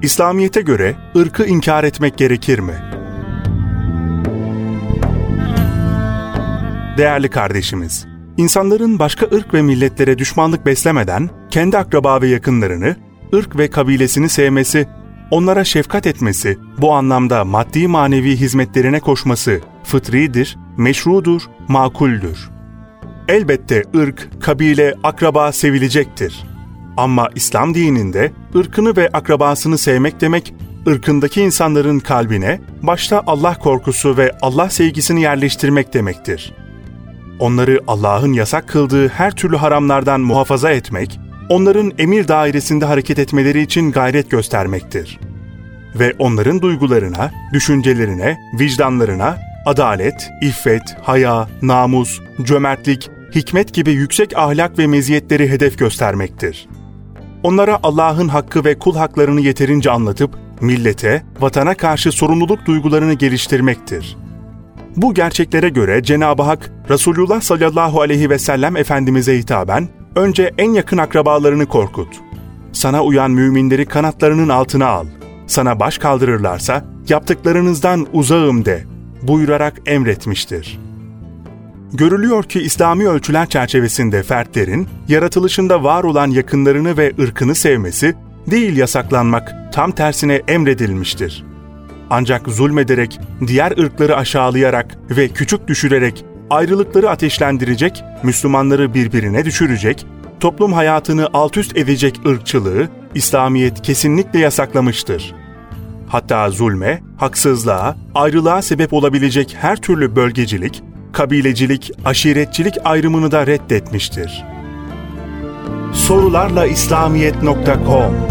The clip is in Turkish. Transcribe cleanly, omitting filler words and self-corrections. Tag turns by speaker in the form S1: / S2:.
S1: İslamiyet'e göre ırkı inkar etmek gerekir mi? Değerli kardeşimiz, insanların başka ırk ve milletlere düşmanlık beslemeden kendi akraba ve yakınlarını, ırk ve kabilesini sevmesi, onlara şefkat etmesi, bu anlamda maddi manevi hizmetlerine koşması fıtridir, meşrudur, makuldür. Elbette ırk, kabile, akraba sevilecektir. Ama İslam dininde ırkını ve akrabasını sevmek demek, ırkındaki insanların kalbine başta Allah korkusu ve Allah sevgisini yerleştirmek demektir. Onları Allah'ın yasak kıldığı her türlü haramlardan muhafaza etmek, onların emir dairesinde hareket etmeleri için gayret göstermektir. Ve onların duygularına, düşüncelerine, vicdanlarına adalet, iffet, haya, namus, cömertlik, hikmet gibi yüksek ahlak ve meziyetleri hedef göstermektir. Onlara Allah'ın hakkı ve kul haklarını yeterince anlatıp, millete, vatana karşı sorumluluk duygularını geliştirmektir. Bu gerçeklere göre Cenab-ı Hak, Resulullah sallallahu aleyhi ve sellem Efendimiz'e hitaben, önce en yakın akrabalarını korkut. Sana uyan müminleri kanatlarının altına al. Sana baş kaldırırlarsa, yaptıklarınızdan uzağım de, buyurarak emretmiştir. Görülüyor ki İslami ölçüler çerçevesinde fertlerin, yaratılışında var olan yakınlarını ve ırkını sevmesi, değil yasaklanmak, tam tersine emredilmiştir. Ancak zulmederek, diğer ırkları aşağılayarak ve küçük düşürerek, ayrılıkları ateşlendirecek, Müslümanları birbirine düşürecek, toplum hayatını altüst edecek ırkçılığı, İslamiyet kesinlikle yasaklamıştır. Hatta zulme, haksızlığa, ayrılığa sebep olabilecek her türlü bölgecilik, kabilecilik, aşiretçilik ayrımını da reddetmiştir. Sorularla İslamiyet.com